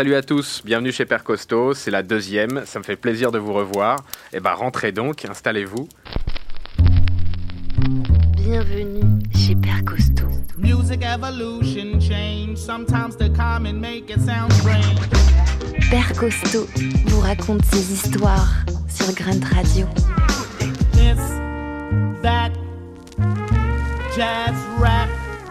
salut à tous, bienvenue chez Père Costaud, c'est la deuxième, ça me fait plaisir de vous revoir. Et rentrez donc, installez-vous. Bienvenue chez Père Costaud. Music evolution change, sometimes the common make it sound strange. Père Costaud vous raconte ses histoires sur Grunt Radio. This, that, jazz rap.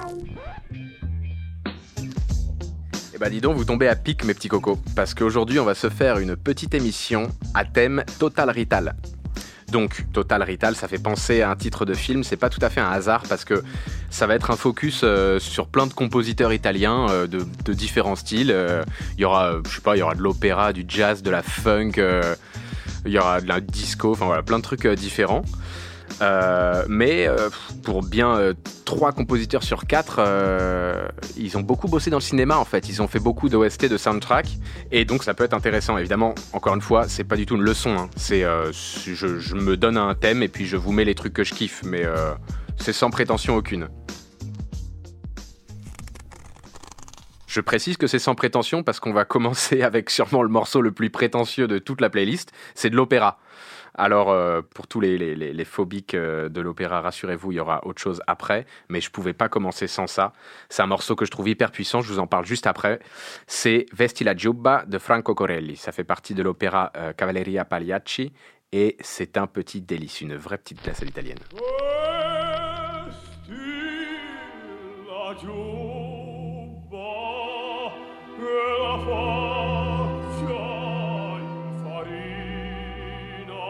Dis donc, vous tombez à pic mes petits cocos, parce qu'aujourd'hui on va se faire une petite émission à thème Total Rital. Donc, Total Rital, ça fait penser à un titre de film, c'est pas tout à fait un hasard, parce que ça va être un focus sur plein de compositeurs italiens de différents styles. Il y aura de l'opéra, du jazz, de la funk, il y aura de la disco, enfin voilà, plein de trucs différents. Mais pour bien 3 compositeurs sur 4, ils ont beaucoup bossé dans le cinéma en fait. Ils ont fait beaucoup d'OST, de soundtrack, et donc ça peut être intéressant. Évidemment, encore une fois, c'est pas du tout une leçon. Hein. C'est, je me donne un thème et puis je vous mets les trucs que je kiffe, mais c'est sans prétention aucune. Je précise que c'est sans prétention parce qu'on va commencer avec sûrement le morceau le plus prétentieux de toute la playlist, c'est de l'opéra. Alors, pour tous les phobiques de l'opéra, rassurez-vous, il y aura autre chose après, mais je ne pouvais pas commencer sans ça. C'est un morceau que je trouve hyper puissant, je vous en parle juste après. C'est Vesti la giubba de Franco Corelli. Ça fait partie de l'opéra Cavalleria Pagliacci et c'est un petit délice, une vraie petite glace à l'italienne. Vesti la giubba e la faccia in farina,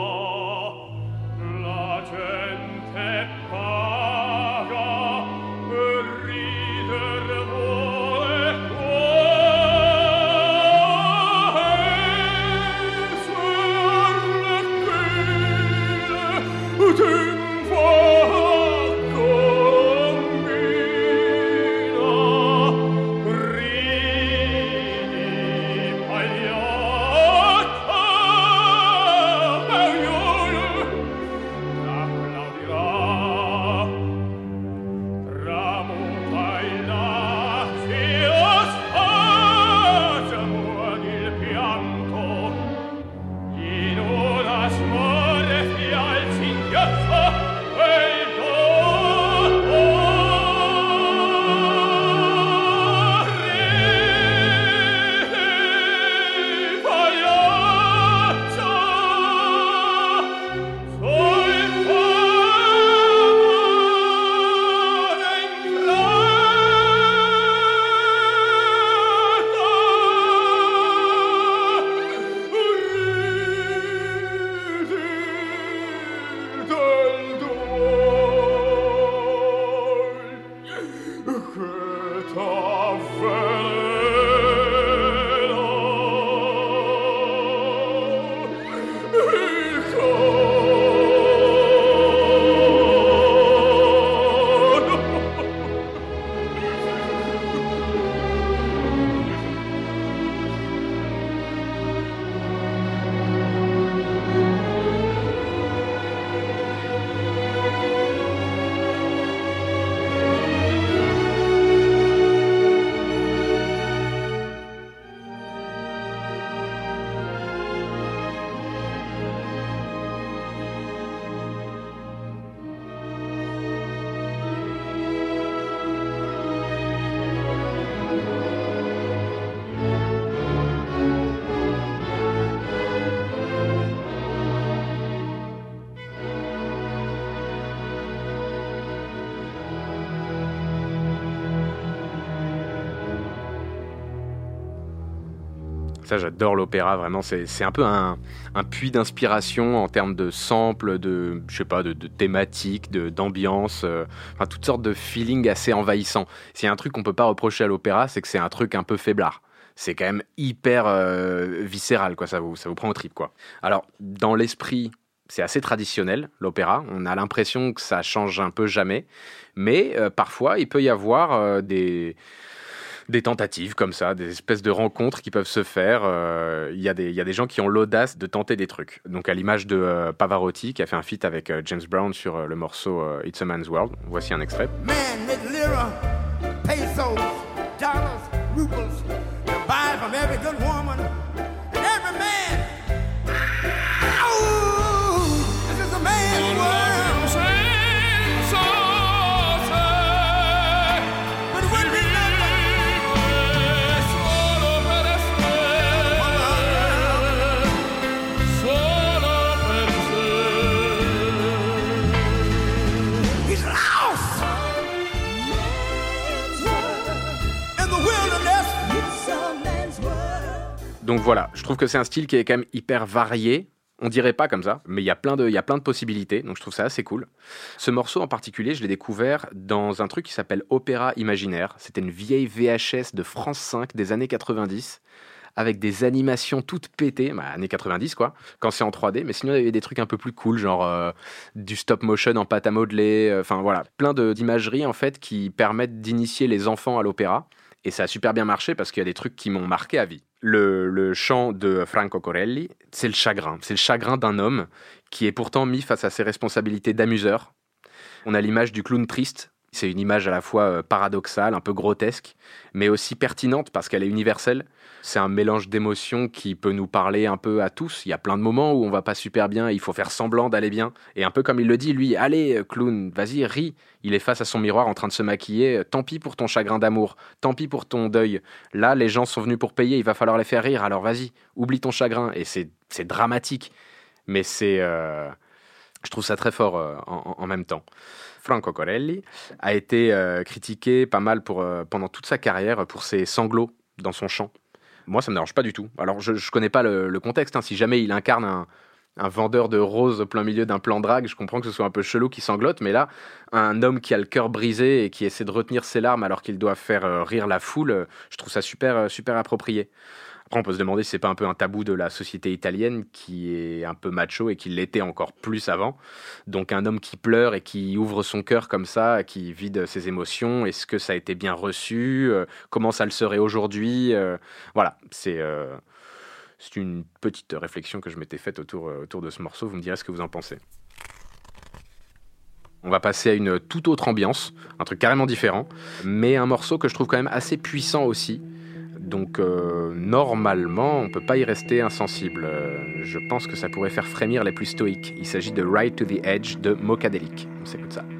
la gente paga e ridere vuole Ça, j'adore l'opéra, vraiment, c'est un peu un puits d'inspiration en termes de samples, de thématiques, d'ambiance, enfin, toutes sortes de feelings assez envahissants. S'il y a un truc qu'on peut pas reprocher à l'opéra, c'est que c'est un truc un peu faiblard. C'est quand même hyper viscéral, quoi, ça vous prend au trip, quoi. Alors, dans l'esprit, c'est assez traditionnel, l'opéra. On a l'impression que ça change un peu jamais, mais parfois, il peut y avoir des tentatives comme ça, des espèces de rencontres qui peuvent se faire. Il y a des gens qui ont l'audace de tenter des trucs. Donc à l'image de Pavarotti qui a fait un feat avec James Brown sur le morceau It's a Man's World. Voici un extrait. Man with lira, pesos, dollars, rubles, to buy from every good woman and every man. Oh, this is a man's world. But it wouldn't be He's lost in the wilderness. Donc voilà, je trouve que c'est un style qui est quand même hyper varié. On dirait pas comme ça, mais il y a plein de possibilités, donc je trouve ça assez cool. Ce morceau en particulier, je l'ai découvert dans un truc qui s'appelle Opéra Imaginaire. C'était une vieille VHS de France 5 des années 90, avec des animations toutes pétées, années 90 quoi, quand c'est en 3D, mais sinon il y avait des trucs un peu plus cool, genre du stop motion en pâte à modeler, enfin voilà, plein d'imageries en fait qui permettent d'initier les enfants à l'opéra. Et ça a super bien marché parce qu'il y a des trucs qui m'ont marqué à vie. Le chant de Franco Corelli, c'est le chagrin. C'est le chagrin d'un homme qui est pourtant mis face à ses responsabilités d'amuseur. On a l'image du clown triste. C'est une image à la fois paradoxale, un peu grotesque, mais aussi pertinente parce qu'elle est universelle. C'est un mélange d'émotions qui peut nous parler un peu à tous. Il y a plein de moments où on va pas super bien, il faut faire semblant d'aller bien. Et un peu comme il le dit, lui, allez clown, vas-y, ris. Il est face à son miroir en train de se maquiller. Tant pis pour ton chagrin d'amour, tant pis pour ton deuil. Là, les gens sont venus pour payer, il va falloir les faire rire, alors vas-y, oublie ton chagrin. Et c'est dramatique, mais je trouve ça très fort en même temps. Franco Corelli a été critiqué pas mal pendant toute sa carrière pour ses sanglots dans son chant. Moi, ça me dérange pas du tout. Alors, je connais pas le contexte. Si jamais il incarne un vendeur de roses au plein milieu d'un plan drague, je comprends que ce soit un peu chelou qui sanglote, mais là, un homme qui a le cœur brisé et qui essaie de retenir ses larmes alors qu'il doit faire rire la foule, je trouve ça super, super approprié. Après, on peut se demander si c'est pas un peu un tabou de la société italienne qui est un peu macho et qui l'était encore plus avant. Donc un homme qui pleure et qui ouvre son cœur comme ça, qui vide ses émotions, est-ce que ça a été bien reçu ? Comment ça le serait aujourd'hui ? Voilà, c'est une petite réflexion que je m'étais faite autour de ce morceau. Vous me direz ce que vous en pensez. On va passer à une toute autre ambiance, un truc carrément différent, mais un morceau que je trouve quand même assez puissant aussi. Donc normalement, on ne peut pas y rester insensible. Je pense que ça pourrait faire frémir les plus stoïques. Il s'agit de Ride to the Edge de Mocadelic. On s'écoute ça.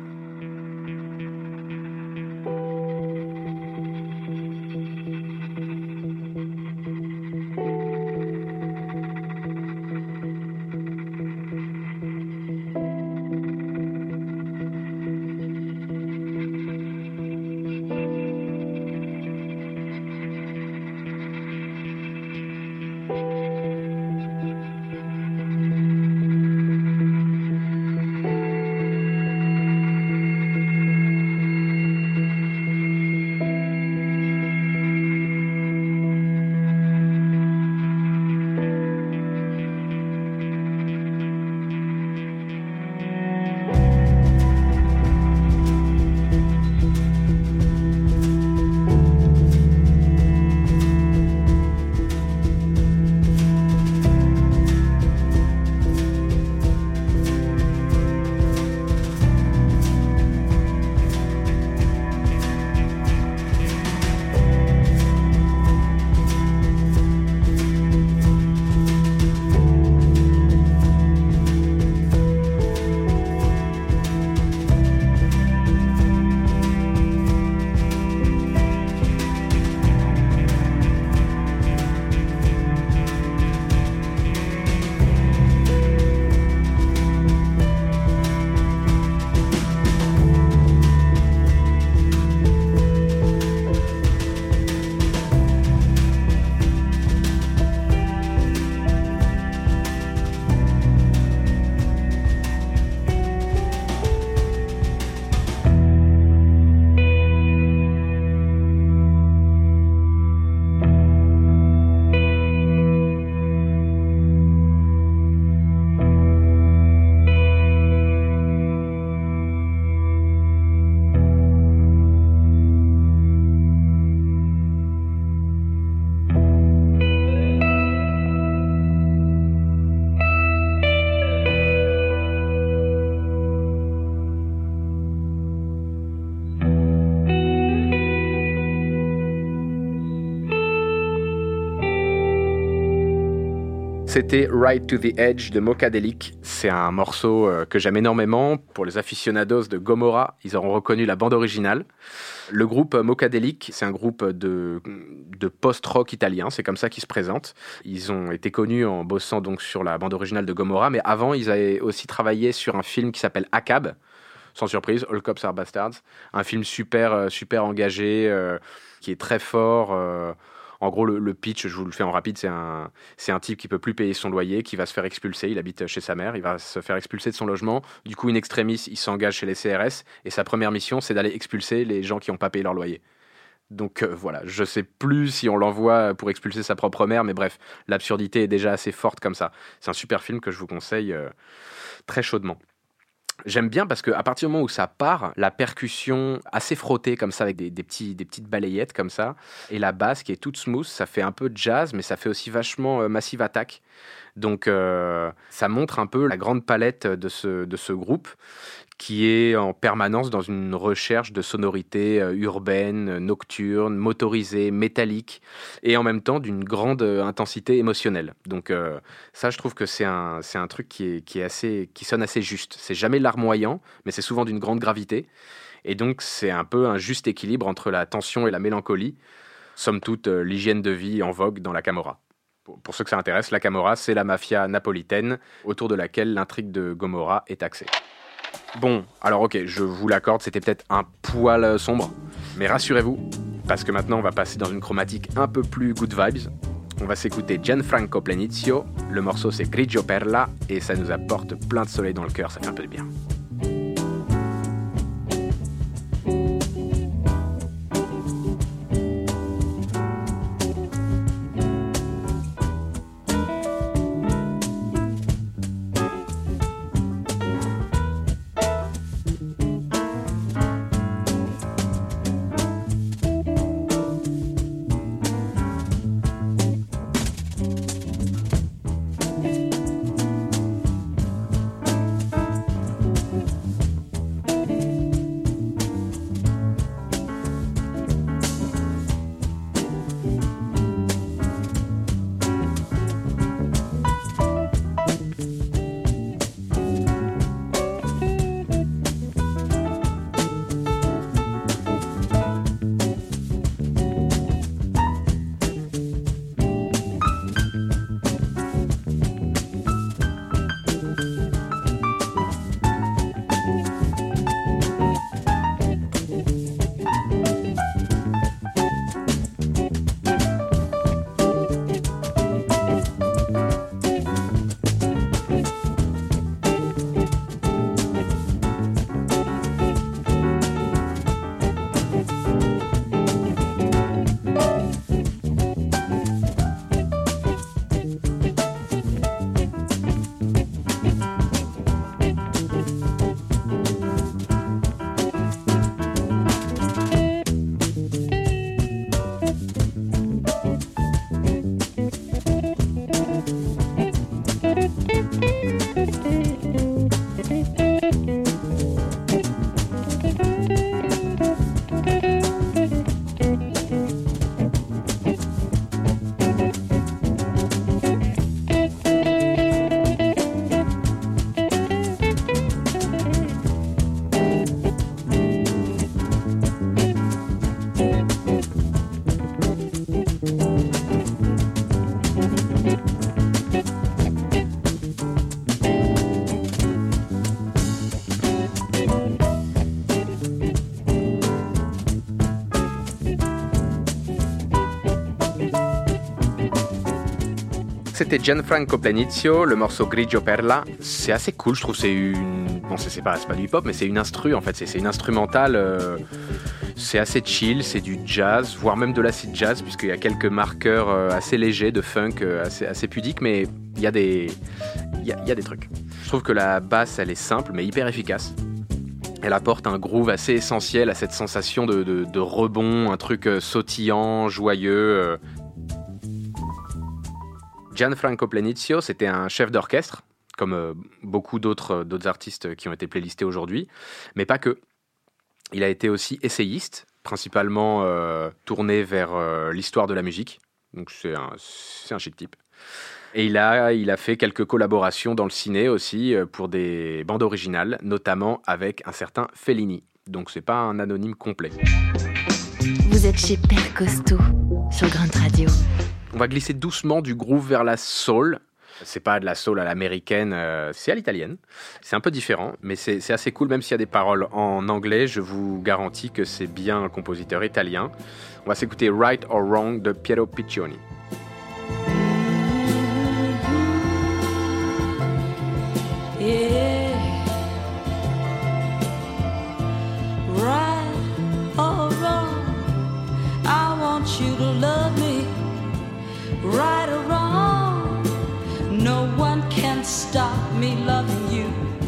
C'était Ride to the Edge de Mokadelic. C'est un morceau que j'aime énormément. Pour les aficionados de Gomorrah, ils auront reconnu la bande originale. Le groupe Mokadelic, c'est un groupe de post-rock italien, c'est comme ça qu'ils se présentent. Ils ont été connus en bossant donc sur la bande originale de Gomorrah, mais avant, ils avaient aussi travaillé sur un film qui s'appelle Akab, sans surprise, All Cops Are Bastards, un film super engagé, qui est très fort. En gros, le pitch, je vous le fais en rapide, c'est un type qui peut plus payer son loyer, qui va se faire expulser. Il habite chez sa mère, il va se faire expulser de son logement. Du coup, in extremis, il s'engage chez les CRS et sa première mission, c'est d'aller expulser les gens qui n'ont pas payé leur loyer. Donc voilà, je sais plus si on l'envoie pour expulser sa propre mère, mais bref, l'absurdité est déjà assez forte comme ça. C'est un super film que je vous conseille très chaudement. J'aime bien parce qu'à partir du moment où ça part, la percussion assez frottée comme ça avec des petites balayettes comme ça, et la basse qui est toute smooth, ça fait un peu jazz, mais ça fait aussi vachement Massive Attack. Donc ça montre un peu la grande palette de ce groupe qui est en permanence dans une recherche de sonorités urbaines, nocturnes, motorisées, métalliques, et en même temps d'une grande intensité émotionnelle. Donc ça, je trouve que c'est un truc qui sonne assez juste. C'est jamais larmoyant, mais c'est souvent d'une grande gravité. Et donc c'est un peu un juste équilibre entre la tension et la mélancolie. Somme toute, l'hygiène de vie en vogue dans la Camorra. Pour ceux que ça intéresse, la Camorra, c'est la mafia napolitaine autour de laquelle l'intrigue de Gomorrah est axée. Bon, alors ok, je vous l'accorde, c'était peut-être un poil sombre, mais rassurez-vous, parce que maintenant on va passer dans une chromatique un peu plus good vibes. On va s'écouter Gianfranco Plenizio, le morceau c'est Grigio Perla, et ça nous apporte plein de soleil dans le cœur, ça fait un peu de bien. C'était Gianfranco Plenizio, le morceau Grigio Perla. C'est assez cool, je trouve. Bon, c'est pas du hip-hop, mais c'est une instru en fait. C'est une instrumentale. C'est assez chill, c'est du jazz, voire même de l'acid jazz, puisqu'il y a quelques marqueurs assez légers de funk, assez pudiques, mais il y a des trucs. Je trouve que la basse, elle est simple, mais hyper efficace. Elle apporte un groove assez essentiel à cette sensation de rebond, un truc sautillant, joyeux. Gianfranco Plenizio, c'était un chef d'orchestre, comme beaucoup d'autres artistes qui ont été playlistés aujourd'hui, mais pas que. Il a été aussi essayiste, principalement tourné vers l'histoire de la musique. donc c'est un chic type. Et il a fait quelques collaborations dans le ciné aussi pour des bandes originales, notamment avec un certain Fellini. Donc c'est pas un anonyme complet. Vous êtes chez Père Costaud sur Grunt Radio. On va glisser doucement du groove vers la soul. C'est pas de la soul à l'américaine, c'est à l'italienne. C'est un peu différent, mais c'est assez cool, même s'il y a des paroles en anglais. Je vous garantis que c'est bien un compositeur italien. On va s'écouter Right or Wrong de Piero Piccioni. Yeah. Right or wrong, I want you to love me. Right or wrong, no one can stop me loving you.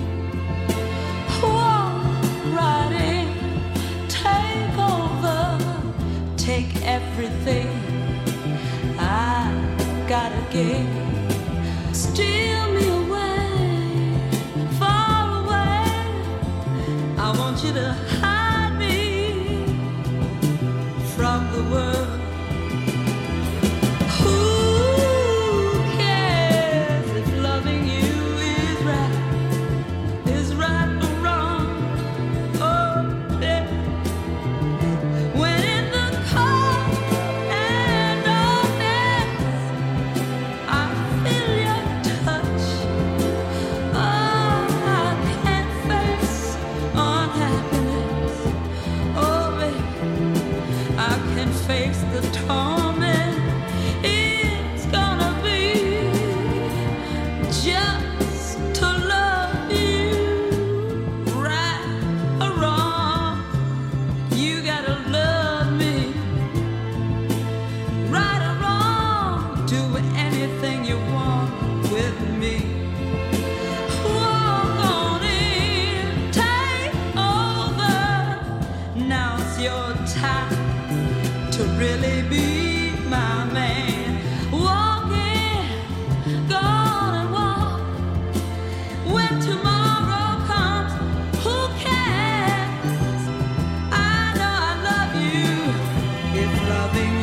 Walk right in, take over, take everything I gotta give. Steal me away, far away. I want you to hide me from the world. Who cares if loving you is right or wrong? Oh, yeah. When in the cold and darkness, I feel your touch. Oh, I can't face unhappiness. Oh, baby, I can face the torment. It's gonna be just to love you. Right or wrong, you gotta love me. Right or wrong, do anything you want with me. Walk on in, take over. Now's your time to really be my man. Walk in, go on and walk. When tomorrow comes, who cares? I know I love you. If loving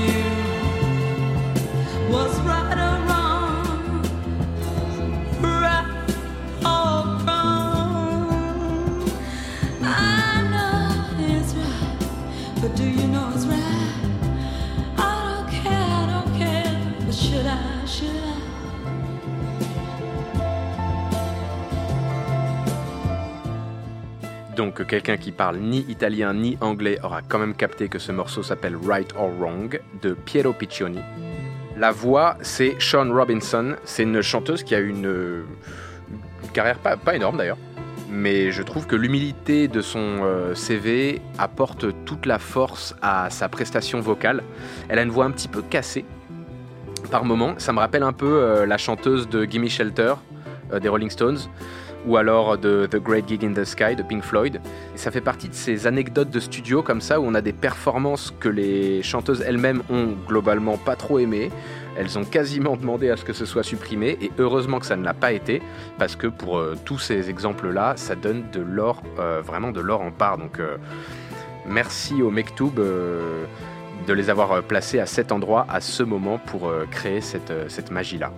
you was right or wrong, right or wrong, I know it's right, but do you know it's right? I don't care, but should I? Donc quelqu'un qui parle ni italien ni anglais aura quand même capté que ce morceau s'appelle Right or Wrong de Piero Piccioni. La voix, c'est Shawn Robinson. C'est une chanteuse qui a une carrière pas énorme d'ailleurs. Mais je trouve que l'humilité de son CV apporte toute la force à sa prestation vocale. Elle a une voix un petit peu cassée par moments. Ça me rappelle un peu la chanteuse de Gimme Shelter des Rolling Stones, ou alors de The Great Gig in the Sky de Pink Floyd. Et ça fait partie de ces anecdotes de studio comme ça où on a des performances que les chanteuses elles-mêmes ont globalement pas trop aimées. Elles ont quasiment demandé à ce que ce soit supprimé et heureusement que ça ne l'a pas été parce que pour tous ces exemples-là, ça donne de l'or, vraiment de l'or en part. Donc merci au Mektoub de les avoir placés à cet endroit, à ce moment pour créer cette magie-là.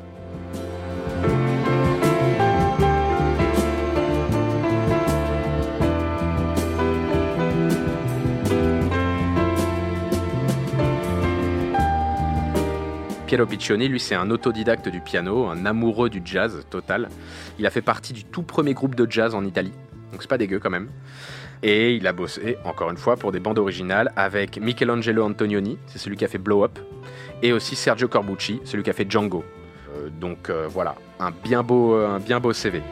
Piero Piccioni, lui, c'est un autodidacte du piano, un amoureux du jazz total. Il a fait partie du tout premier groupe de jazz en Italie, donc c'est pas dégueu quand même. Et il a bossé, encore une fois, pour des bandes originales avec Michelangelo Antonioni, c'est celui qui a fait Blow Up, et aussi Sergio Corbucci, celui qui a fait Django. Donc voilà, un bien beau CV.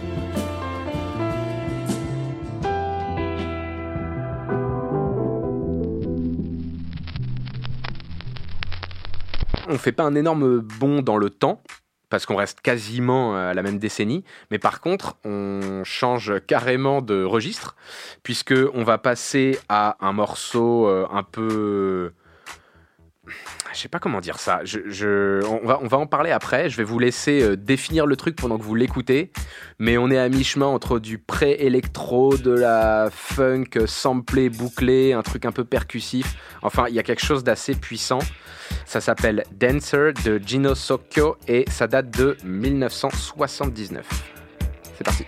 On ne fait pas un énorme bond dans le temps, parce qu'on reste quasiment à la même décennie, mais par contre, on change carrément de registre, puisqu'on va passer à un morceau un peu Je sais pas comment dire ça. On va en parler après. Je vais vous laisser définir le truc pendant que vous l'écoutez. Mais on est à mi-chemin entre du pré-électro, de la funk samplée, bouclée, un truc un peu percussif. Enfin, il y a quelque chose d'assez puissant. Ça s'appelle Dancer de Gino Socchio et ça date de 1979. C'est parti.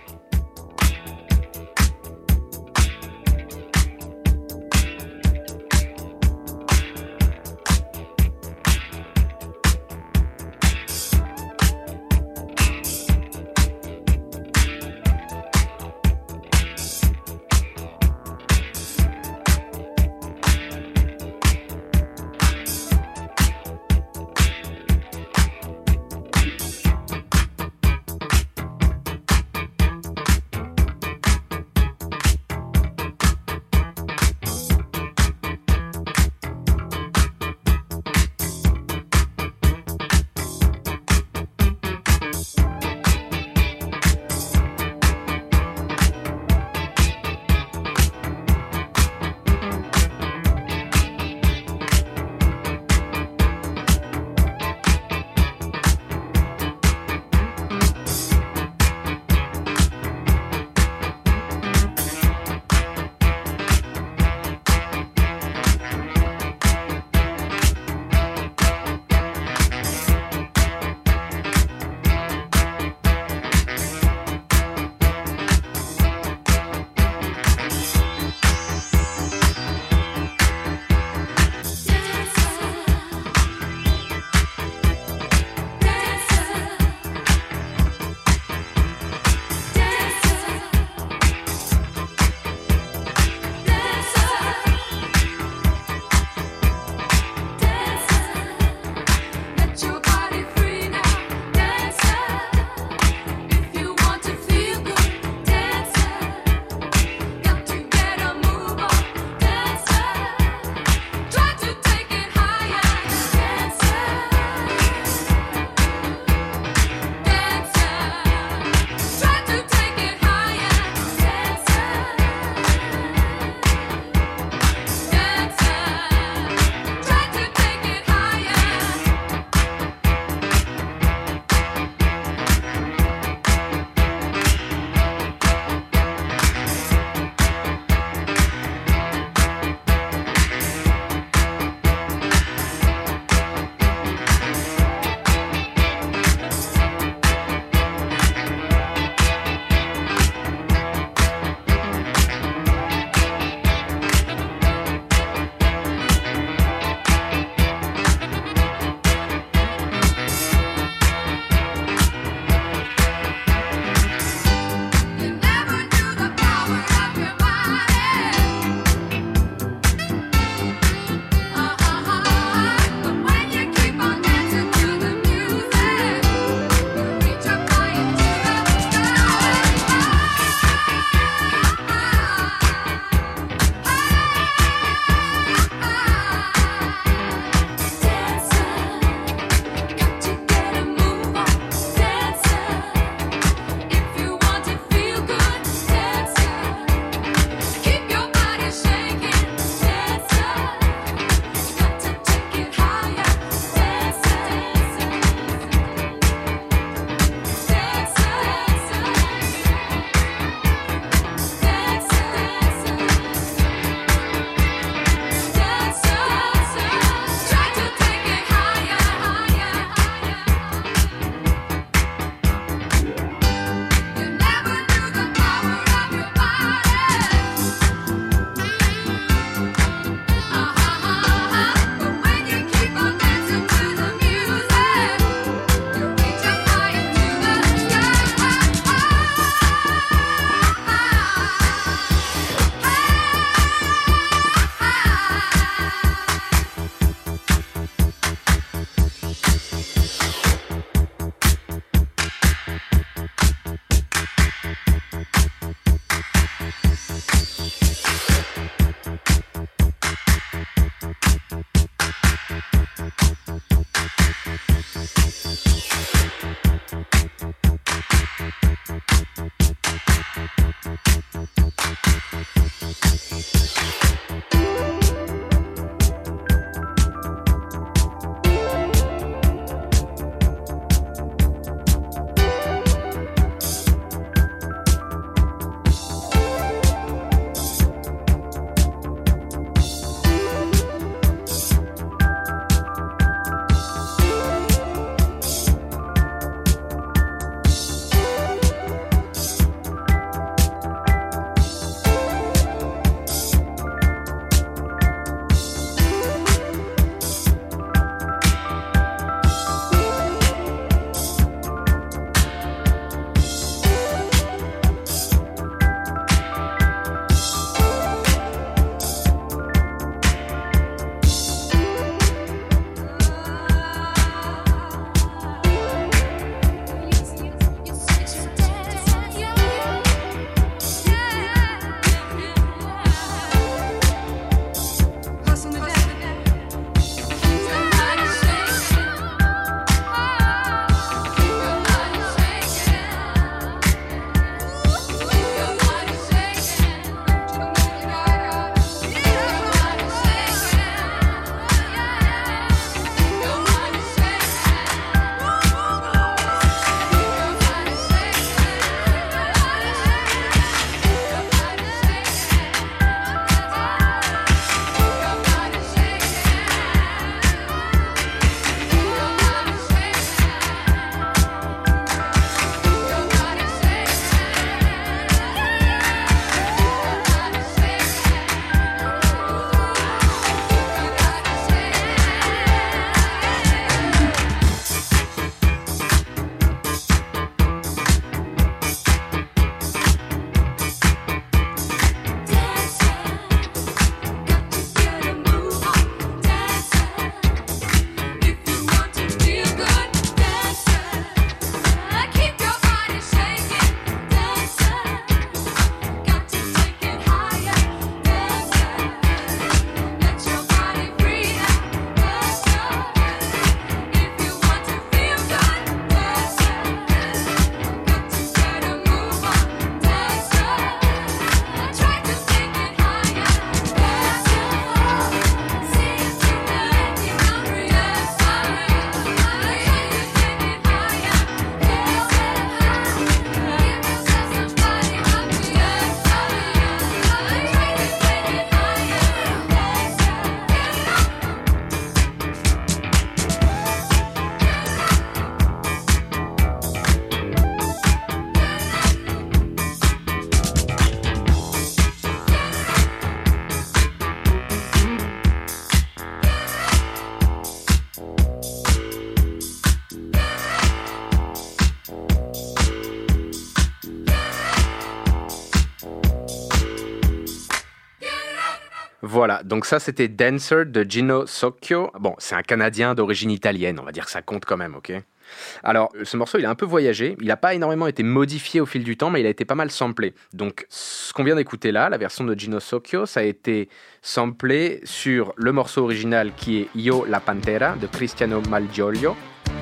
Voilà, donc ça c'était Dancer de Gino Socchio. Bon, c'est un Canadien d'origine italienne, on va dire que ça compte quand même, ok ? Alors, ce morceau, il a un peu voyagé, il n'a pas énormément été modifié au fil du temps, mais il a été pas mal samplé. Donc, ce qu'on vient d'écouter là, la version de Gino Socchio, ça a été samplé sur le morceau original qui est Io la Pantera de Cristiano Malgioglio.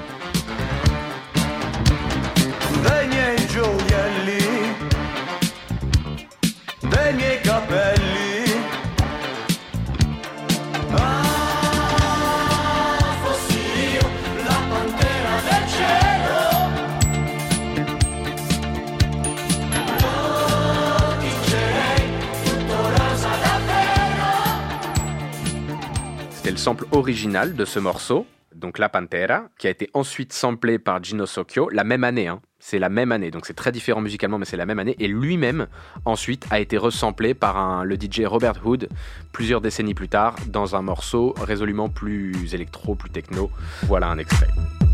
Dei miei gioielli, dei miei capelli. C'était le sample original de ce morceau, donc La Pantera, qui a été ensuite samplé par Gino Socchio la même année. C'est la même année, donc c'est très différent musicalement, mais c'est la même année. Et lui-même, ensuite, a été resamplé par le DJ Robert Hood plusieurs décennies plus tard, dans un morceau résolument plus électro, plus techno. Voilà un extrait.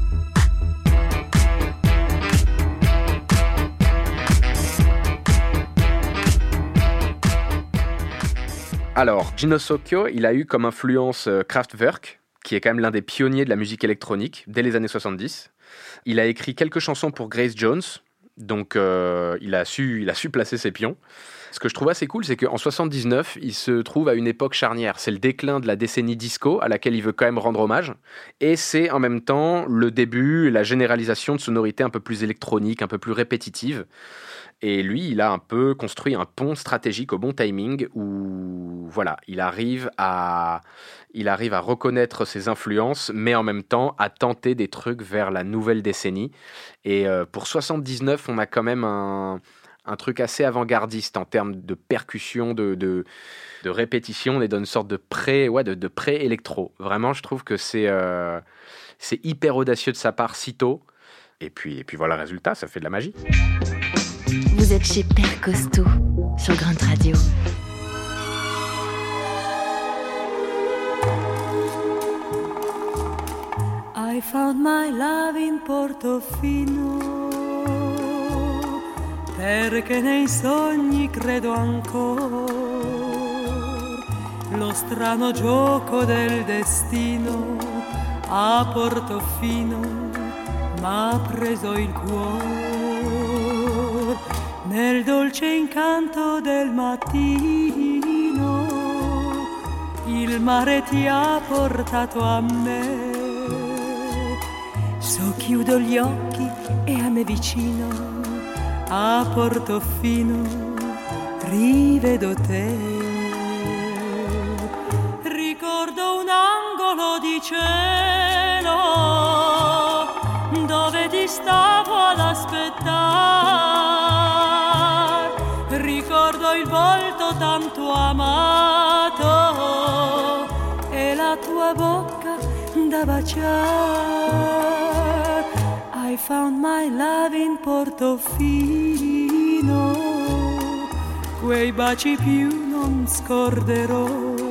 Alors, Gino Socchio, il a eu comme influence Kraftwerk, qui est quand même l'un des pionniers de la musique électronique dès les années 70. Il a écrit quelques chansons pour Grace Jones, donc il a su placer ses pions. Ce que je trouve assez cool, c'est qu'en 79, il se trouve à une époque charnière. C'est le déclin de la décennie disco, à laquelle il veut quand même rendre hommage. Et c'est en même temps le début, la généralisation de sonorités un peu plus électroniques, un peu plus répétitives. Et lui, il a un peu construit un pont stratégique au bon timing où, voilà, il arrive à reconnaître ses influences, mais en même temps à tenter des trucs vers la nouvelle décennie. Et pour 79, on a quand même un truc assez avant-gardiste en termes de percussion, de répétition. On est dans une sorte de pré-électro. Vraiment, je trouve que c'est hyper audacieux de sa part si tôt. Et puis voilà le résultat, ça fait de la magie. Vous êtes chez Père Costaud sur Grunt Radio. I found my love in Portofino, perché nei sogni credo ancora. Lo strano gioco del destino a Portofino m'ha preso il cuore. Nel dolce incanto del mattino il mare ti ha portato a me. Socchiudo gli occhi e a me vicino a Portofino rivedo te. Ricordo un angolo di cielo dove ti stavo ad aspettare. Ricordo il volto tanto amato e la tua bocca da baciare. I found my love in Portofino, quei baci più non scorderò.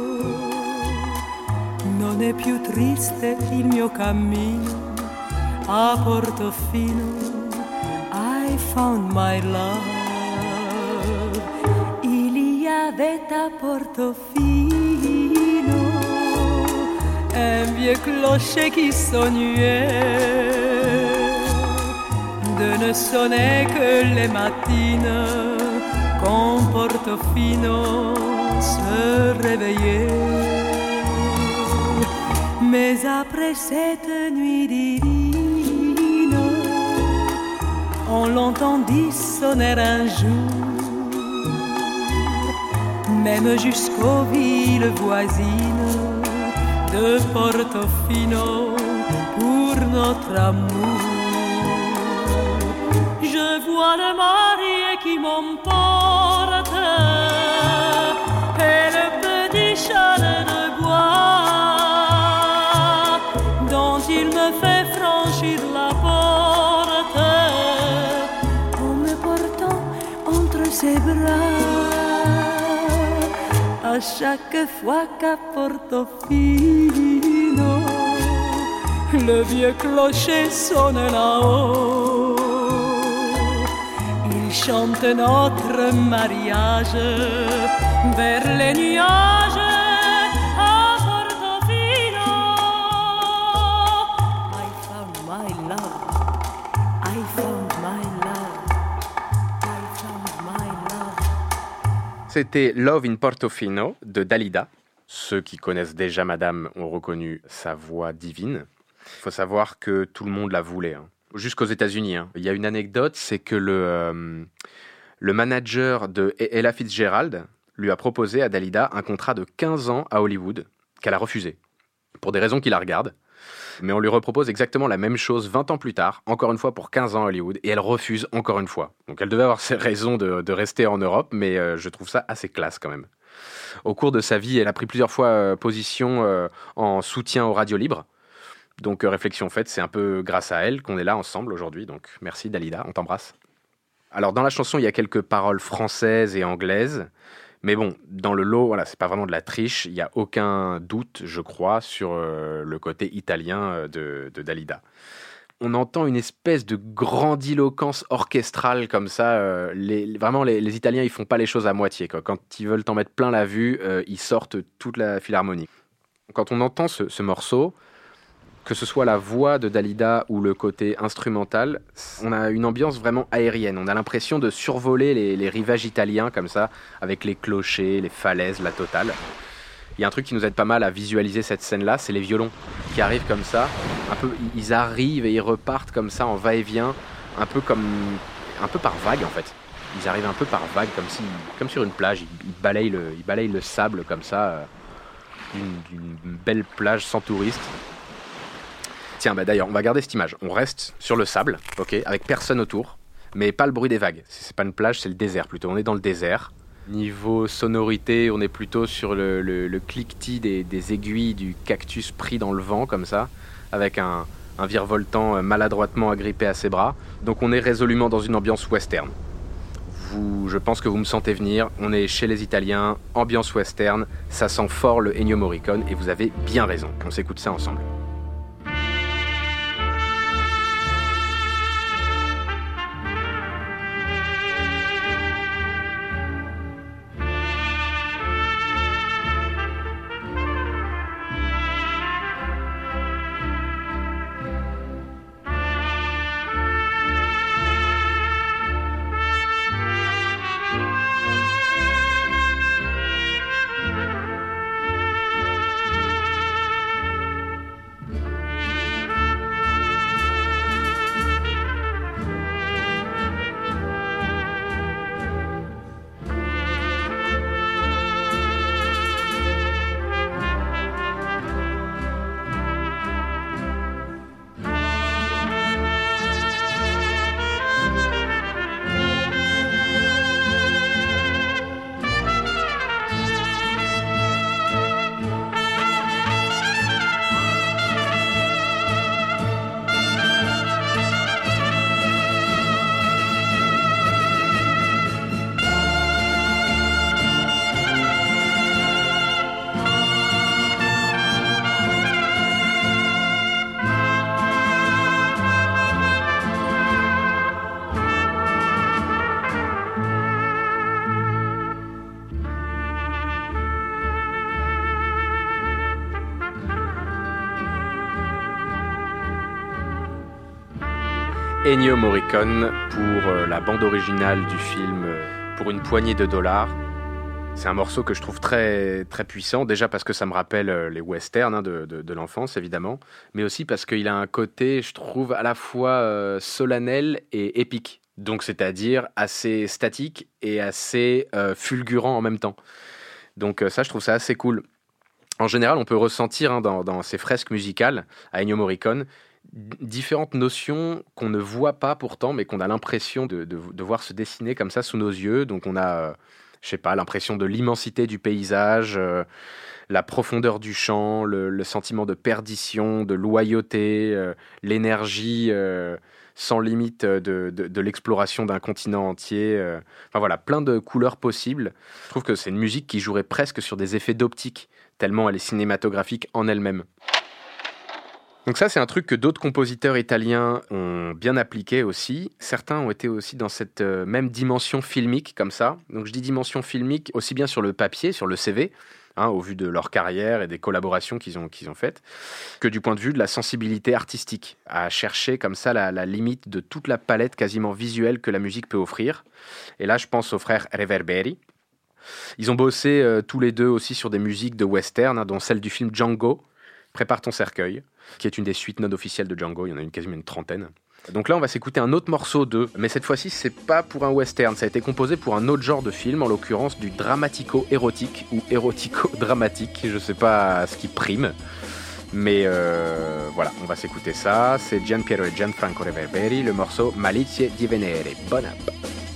Non è più triste il mio cammino a Portofino. I found my love. Il y avait à Portofino un vieux clocher qui sonnait de ne sonner que les matines quand Portofino se réveillait. Mais après cette nuit divine, on l'entendit sonner un jour, même jusqu'aux villes voisines de Portofino pour notre amour. Je vois le marié qui m'emporte et le petit chalet de bois dont il me fait franchir la porte en me portant entre ses bras. À chaque fois qu'à Portofino le vieux clocher sonne là-haut, il chante notre mariage vers les nuages C'était Love in Portofino de Dalida. Ceux qui connaissent déjà Madame ont reconnu sa voix divine. Il faut savoir que tout le monde la voulait, jusqu'aux États-Unis. Il y a une anecdote, c'est que le manager de Ella Fitzgerald lui a proposé à Dalida un contrat de 15 ans à Hollywood, qu'elle a refusé, pour des raisons qui la regardent. Mais on lui repropose exactement la même chose 20 ans plus tard, encore une fois pour 15 ans à Hollywood, et elle refuse encore une fois. Donc elle devait avoir ses raisons de rester en Europe, mais je trouve ça assez classe quand même. Au cours de sa vie, elle a pris plusieurs fois position en soutien aux radios libres. Donc réflexion faite, c'est un peu grâce à elle qu'on est là ensemble aujourd'hui. Donc merci Dalida, on t'embrasse. Alors dans la chanson, il y a quelques paroles françaises et anglaises. Mais bon, dans le lot, voilà, c'est pas vraiment de la triche. Il n'y a aucun doute, je crois, sur le côté italien de Dalida. On entend une espèce de grandiloquence orchestrale comme ça. Vraiment, les Italiens, ils font pas les choses à moitié, quoi. Quand ils veulent t'en mettre plein la vue, ils sortent toute la philharmonie. Quand on entend ce morceau, que ce soit la voix de Dalida ou le côté instrumental, on a une ambiance vraiment aérienne. On a l'impression de survoler les rivages italiens comme ça, avec les clochers, les falaises, la totale. Il y a un truc qui nous aide pas mal à visualiser cette scène-là, c'est les violons qui arrivent comme ça. Ils arrivent et ils repartent comme ça en va-et-vient, un peu par vague en fait. Ils arrivent un peu par vague, comme sur une plage. Ils balayent le sable comme ça, d'une belle plage sans touristes. Tiens, d'ailleurs, on va garder cette image. On reste sur le sable, ok, avec personne autour, mais pas le bruit des vagues. C'est pas une plage, c'est le désert plutôt. On est dans le désert. Niveau sonorité, on est plutôt sur le cliquetis des aiguilles du cactus pris dans le vent, comme ça, avec un virevoltant maladroitement agrippé à ses bras. Donc on est résolument dans une ambiance western. Je pense que vous me sentez venir. On est chez les Italiens, ambiance western. Ça sent fort le Ennio Morricone et vous avez bien raison. On s'écoute ça ensemble. Ennio Morricone pour la bande originale du film Pour une poignée de dollars. C'est un morceau que je trouve très, très puissant, déjà parce que ça me rappelle les westerns de l'enfance, évidemment, mais aussi parce qu'il a un côté, je trouve, à la fois solennel et épique. Donc, c'est-à-dire assez statique et assez fulgurant en même temps. Donc ça, je trouve ça assez cool. En général, on peut ressentir dans ces fresques musicales à Ennio Morricone différentes notions qu'on ne voit pas pourtant, mais qu'on a l'impression de voir se dessiner comme ça sous nos yeux. Donc on a, je sais pas, l'impression de l'immensité du paysage, la profondeur du chant, le sentiment de perdition, de loyauté, l'énergie sans limite de l'exploration d'un continent entier. Enfin voilà, plein de couleurs possibles. Je trouve que c'est une musique qui jouerait presque sur des effets d'optique, tellement elle est cinématographique en elle-même. Donc ça, c'est un truc que d'autres compositeurs italiens ont bien appliqué aussi. Certains ont été aussi dans cette même dimension filmique, comme ça. Donc je dis dimension filmique aussi bien sur le papier, sur le CV, au vu de leur carrière et des collaborations qu'ils ont faites, que du point de vue de la sensibilité artistique, à chercher comme ça la limite de toute la palette quasiment visuelle que la musique peut offrir. Et là, je pense aux frères Reverberi. Ils ont bossé tous les deux aussi sur des musiques de western, dont celle du film Django, Prépare ton cercueil, qui est une des suites non officielles de Django. Il y en a quasiment une trentaine. Donc là, on va s'écouter un autre morceau d'eux, mais cette fois-ci, c'est pas pour un western. Ça a été composé pour un autre genre de film, en l'occurrence du dramatico-érotique ou érotico-dramatique. Je sais pas ce qui prime, mais voilà, on va s'écouter ça. C'est Gianpiero et Gianfranco Reverberi, le morceau Malizie di Venere. Bon app.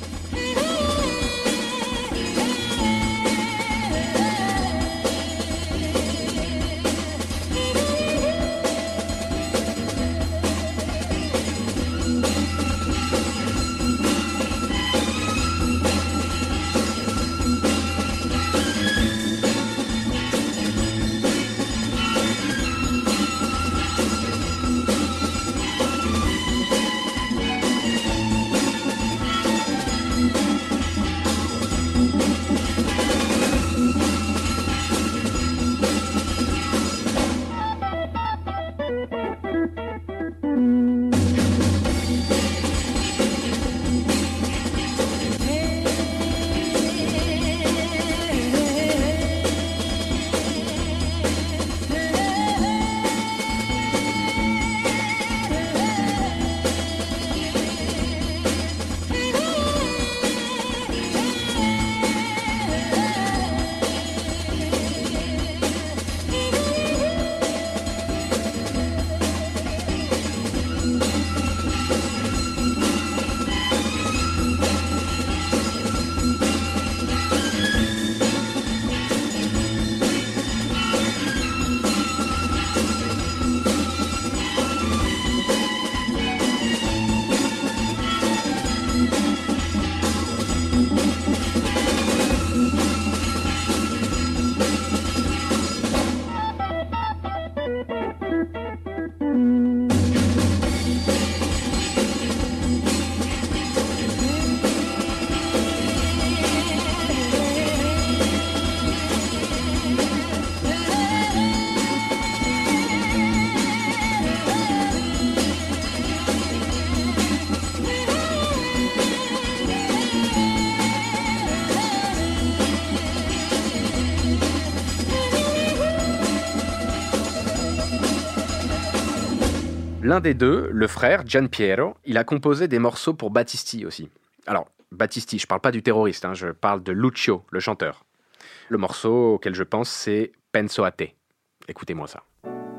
L'un des deux, le frère, Gianpiero, il a composé des morceaux pour Battisti aussi. Alors, Battisti, je parle pas du terroriste, je parle de Lucio, le chanteur. Le morceau auquel je pense, c'est Penso a te. Écoutez-moi ça.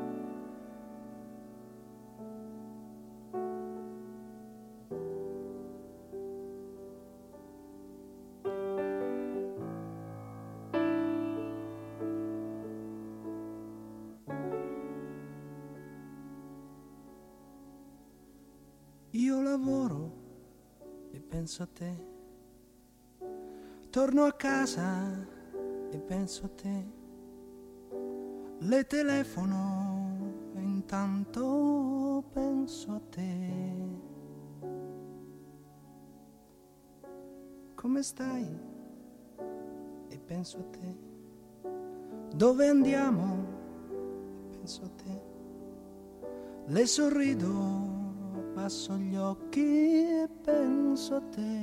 Io lavoro e penso a te, torno a casa e penso a te, le telefono e intanto penso a te. Come stai? E penso a te. Dove andiamo? E penso a te. Le sorrido, passo gli occhi e penso a te.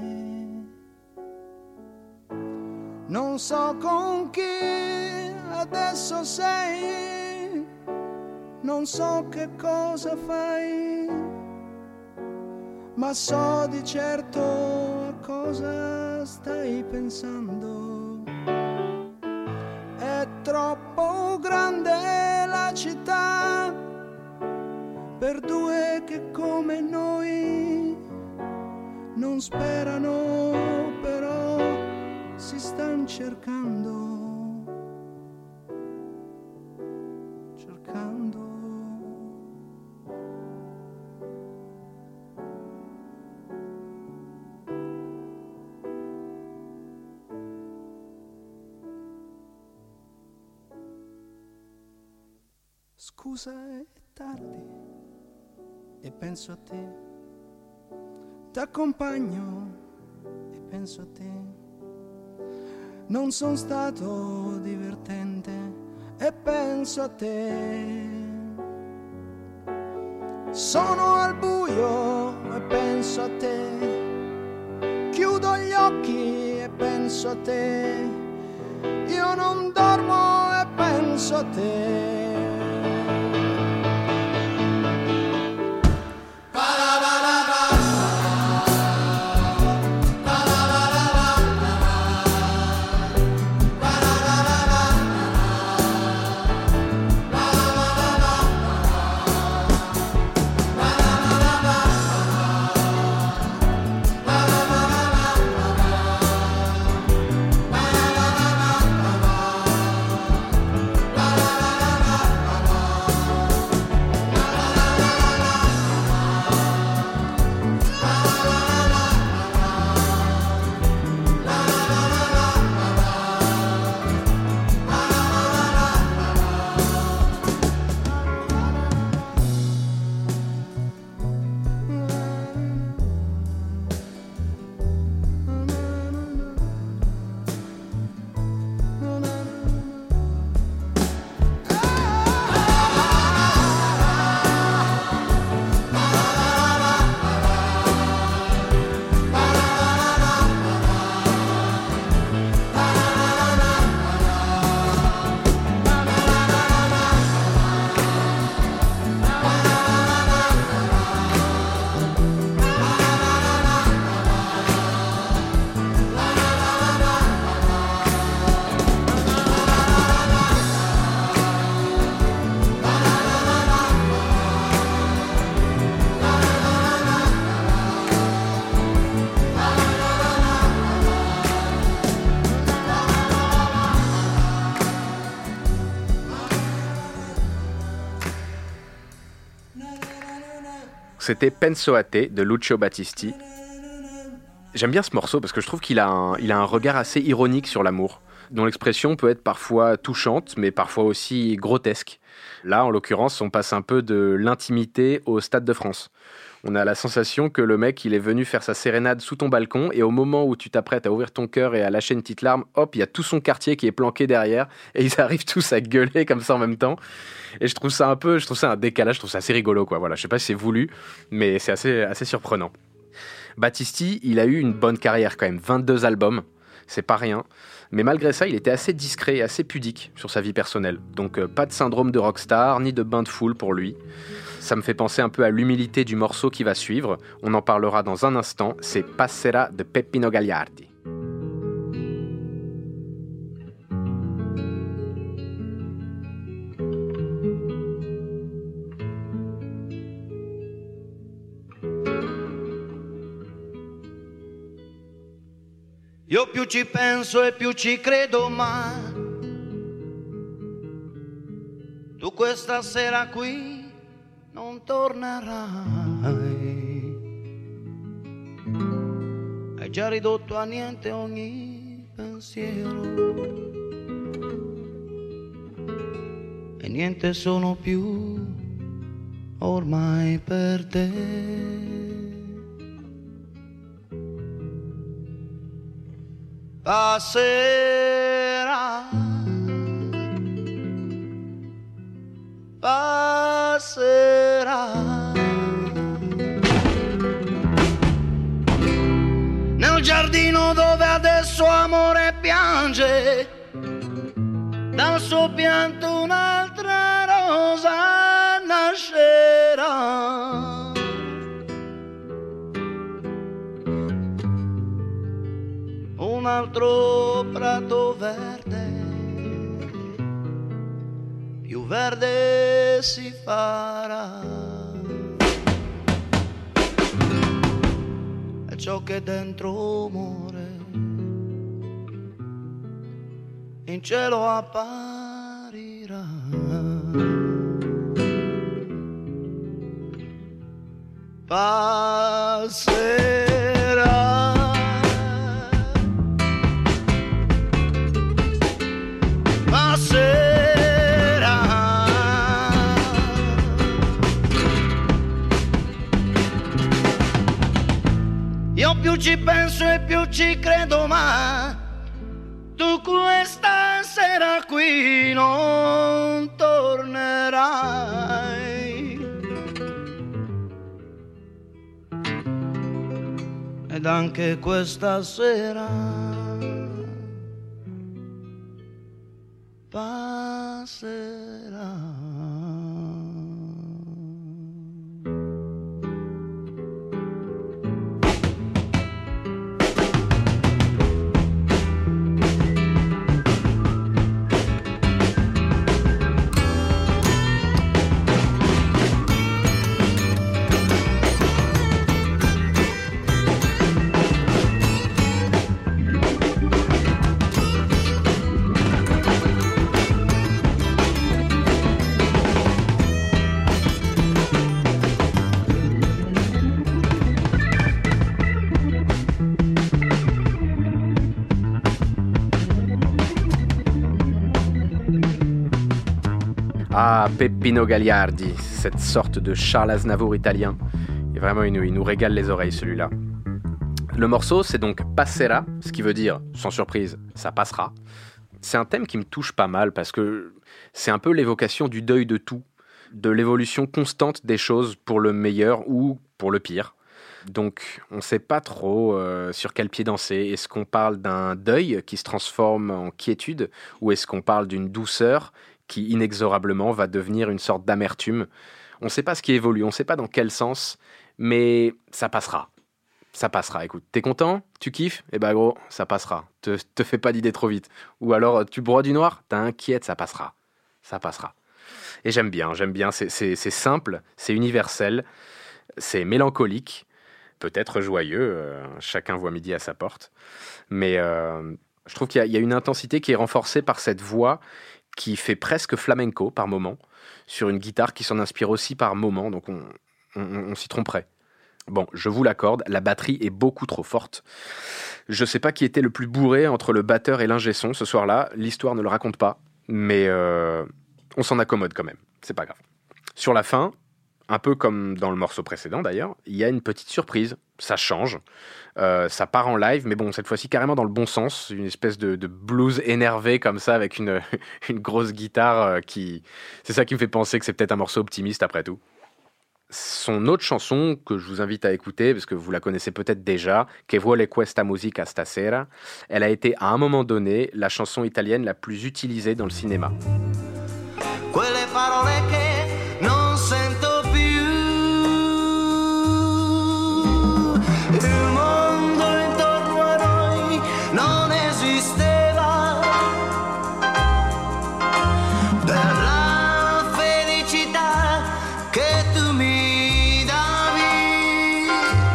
Non so con chi adesso sei, non so che cosa fai, ma so di certo a cosa stai pensando. È troppo grande la città per due che come noi non sperano, però si stan cercando. Scusa, è tardi e penso a te, t'accompagno e penso a te, non son stato divertente e penso a te. Sono al buio e penso a te, chiudo gli occhi e penso a te, io non dormo e penso a te. C'était Penso a te de Lucio Battisti. J'aime bien ce morceau parce que je trouve qu'il a un regard assez ironique sur l'amour, dont l'expression peut être parfois touchante, mais parfois aussi grotesque. Là, en l'occurrence, on passe un peu de l'intimité au Stade de France. On a la sensation que le mec, il est venu faire sa sérénade sous ton balcon et au moment où tu t'apprêtes à ouvrir ton cœur et à lâcher une petite larme, hop, il y a tout son quartier qui est planqué derrière et ils arrivent tous à gueuler comme ça en même temps. Et je trouve ça un décalage, je trouve ça assez rigolo, quoi. Voilà, je sais pas si c'est voulu, mais c'est assez surprenant. Battisti, il a eu une bonne carrière quand même, 22 albums, c'est pas rien. Mais malgré ça, il était assez discret et assez pudique sur sa vie personnelle. Donc pas de syndrome de rockstar, ni de bain de foule pour lui. Ça me fait penser un peu à l'humilité du morceau qui va suivre. On en parlera dans un instant, c'est Passera de Peppino Gagliardi. Io più ci penso e più ci credo, ma tu questa sera qui non tornerai. Hai già ridotto a niente ogni pensiero e niente sono più ormai per te. Passerà, passerà nel giardino dove adesso amore piange, dal suo pianto un'altra rosa nascerà. Un altro prato verde, più verde si farà. E ciò che dentro muore in cielo apparirà. Passerà. Io più ci penso e più ci credo, ma tu questa sera qui non tornerai. Ed anche questa sera passerà. Ah, Peppino Gagliardi, cette sorte de Charles Aznavour italien. Et vraiment, il nous régale les oreilles, celui-là. Le morceau, c'est donc Passera, ce qui veut dire, sans surprise, ça passera. C'est un thème qui me touche pas mal parce que c'est un peu l'évocation du deuil de tout, de l'évolution constante des choses pour le meilleur ou pour le pire. Donc, on ne sait pas trop sur quel pied danser. Est-ce qu'on parle d'un deuil qui se transforme en quiétude ou est-ce qu'on parle d'une douceur qui inexorablement va devenir une sorte d'amertume? On ne sait pas ce qui évolue, on ne sait pas dans quel sens, mais ça passera. Ça passera, écoute. T'es content? Tu kiffes? Eh ben gros, ça passera. Te fais pas d'idées trop vite. Ou alors, tu broies du noir? T'inquiète, ça passera. Ça passera. Et j'aime bien, c'est simple, c'est universel, c'est mélancolique, peut-être joyeux, chacun voit midi à sa porte. Mais je trouve qu'il y a une intensité qui est renforcée par cette voix qui fait presque flamenco par moment, sur une guitare qui s'en inspire aussi par moment, donc on s'y tromperait. Bon, je vous l'accorde, la batterie est beaucoup trop forte. Je sais pas qui était le plus bourré entre le batteur et l'ingé son ce soir-là, l'histoire ne le raconte pas, mais on s'en accommode quand même, c'est pas grave. Sur la fin, un peu comme dans le morceau précédent d'ailleurs, il y a une petite surprise, ça change, ça part en live, mais bon, cette fois-ci carrément dans le bon sens, une espèce de blues énervé comme ça, avec une grosse guitare qui... C'est ça qui me fait penser que c'est peut-être un morceau optimiste après tout. Son autre chanson que je vous invite à écouter, parce que vous la connaissez peut-être déjà, Che vuole questa musica stasera, elle a été à un moment donné la chanson italienne la plus utilisée dans le cinéma. Quelle parole che non sento più, il mondo intorno a noi non esisteva, per la felicità che tu mi davi,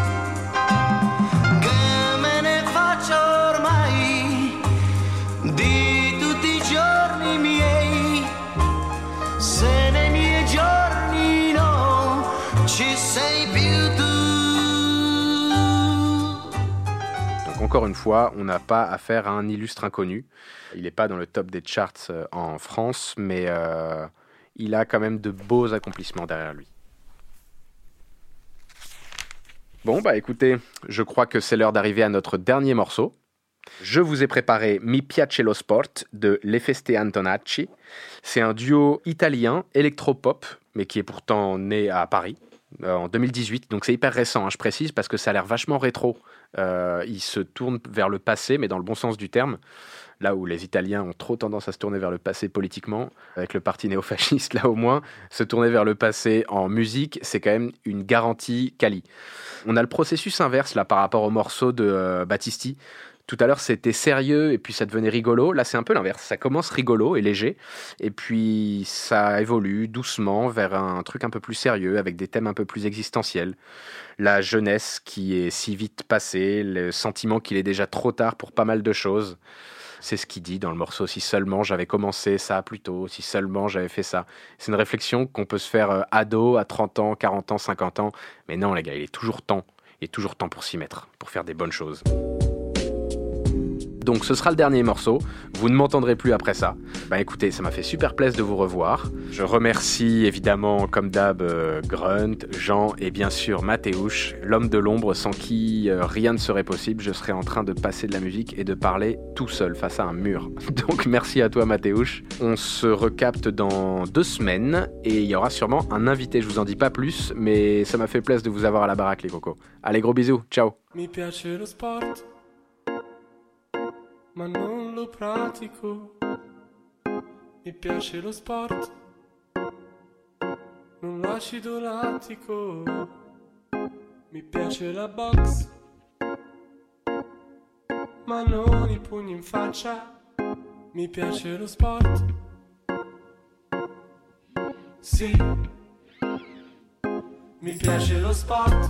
che me ne faccio ormai di tutti i giorni miei, se nei miei giorni no ci sei più tu. Donc encore une fois, on n'a pas affaire à un illustre inconnu. Il n'est pas dans le top des charts en France, mais il a quand même de beaux accomplissements derrière lui. Bon, bah écoutez, je crois que c'est l'heure d'arriver à notre dernier morceau. Je vous ai préparé Mi piace lo sport de Le Feste Antonacci. C'est un duo italien, électropop, mais qui est pourtant né à Paris en 2018. Donc c'est hyper récent, je précise, parce que ça a l'air vachement rétro. Il se tourne vers le passé, mais dans le bon sens du terme. Là où les Italiens ont trop tendance à se tourner vers le passé politiquement, avec le parti néofasciste, là au moins, se tourner vers le passé en musique, c'est quand même une garantie quali. On a le processus inverse là par rapport au morceau de Battisti. Tout à l'heure, c'était sérieux et puis ça devenait rigolo. Là, c'est un peu l'inverse. Ça commence rigolo et léger et puis ça évolue doucement vers un truc un peu plus sérieux avec des thèmes un peu plus existentiels. La jeunesse qui est si vite passée, le sentiment qu'il est déjà trop tard pour pas mal de choses. C'est ce qu'il dit dans le morceau. Si seulement j'avais commencé ça plus tôt, si seulement j'avais fait ça. C'est une réflexion qu'on peut se faire ado à 30 ans, 40 ans, 50 ans. Mais non, les gars, il est toujours temps. Il est toujours temps pour s'y mettre, pour faire des bonnes choses. Donc ce sera le dernier morceau, vous ne m'entendrez plus après ça. Écoutez, ça m'a fait super plaisir de vous revoir. Je remercie évidemment, comme d'hab, Grunt, Jean et bien sûr Mathéouche, l'homme de l'ombre sans qui rien ne serait possible. Je serais en train de passer de la musique et de parler tout seul face à un mur. Donc merci à toi Mathéouche. On se recapte dans 2 semaines et il y aura sûrement un invité, je vous en dis pas plus, mais ça m'a fait plaisir de vous avoir à la baraque les cocos. Allez, gros bisous, ciao. Mi piace lo sport, ma non lo pratico. Mi piace lo sport, non l'acido lattico. Mi piace la box, ma non i pugni in faccia. Mi piace lo sport, sì. Mi piace lo sport,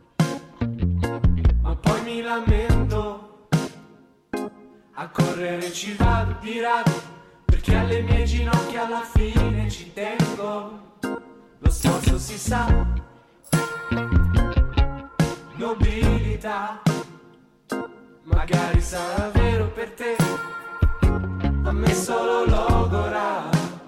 ma poi mi lamento. A correre ci vado di rado, perché alle mie ginocchia alla fine ci tengo. Lo sforzo si sa, nobilità. Magari sarà vero per te, a me solo logora.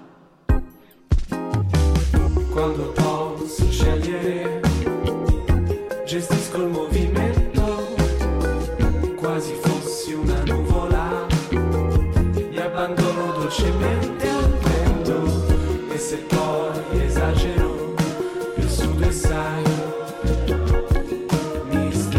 Quando posso scegliere, gestisco il movimento, quasi fossi una nuvola. Mi abbandono dolcemente al vento, e se poi esagero, più su due sai, mi sta.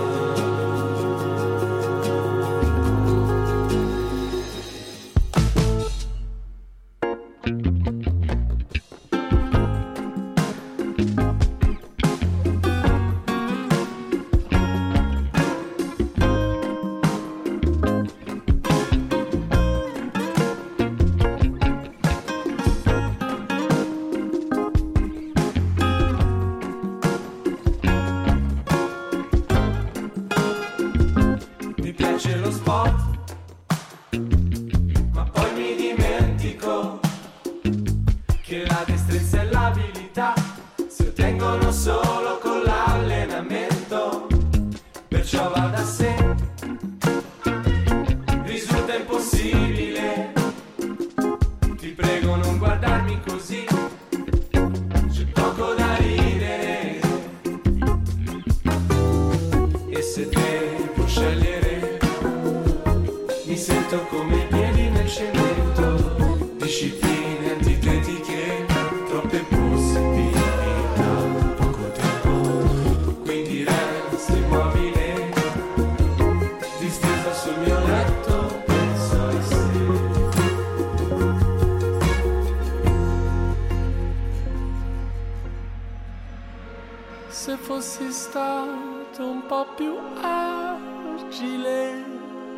Se fossi stato un po' più agile,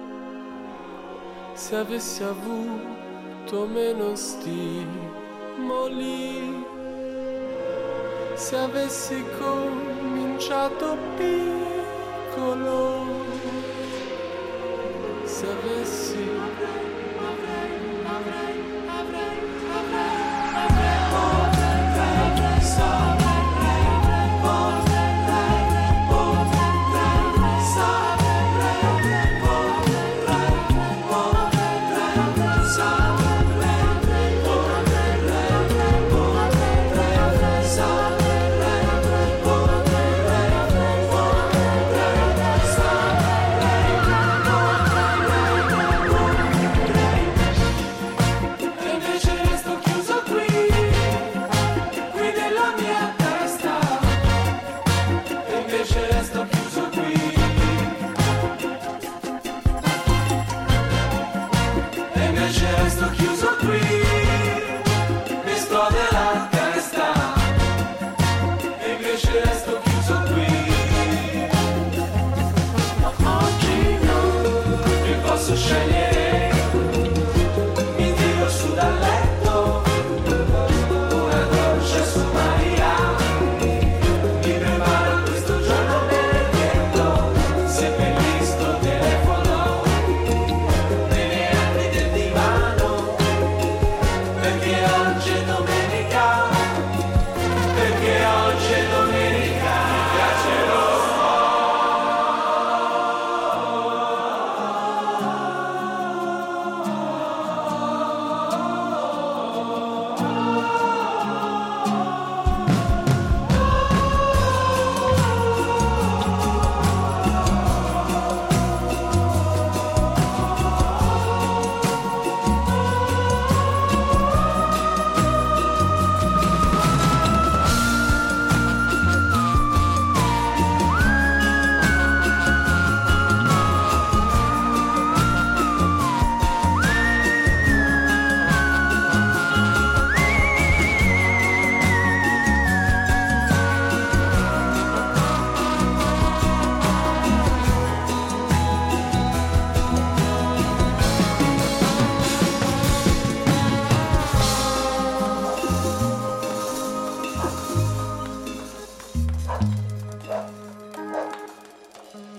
se avessi avuto meno stimoli, se avessi cominciato piccolo, se avessi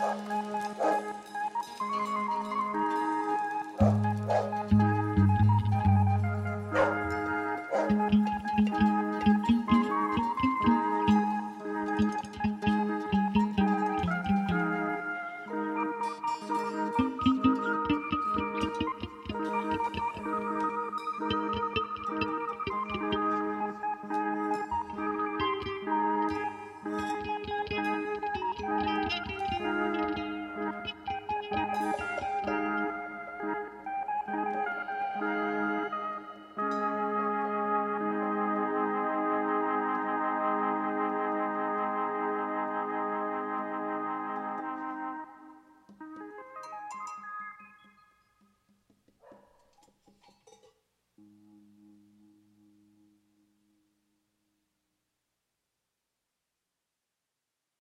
Thank you.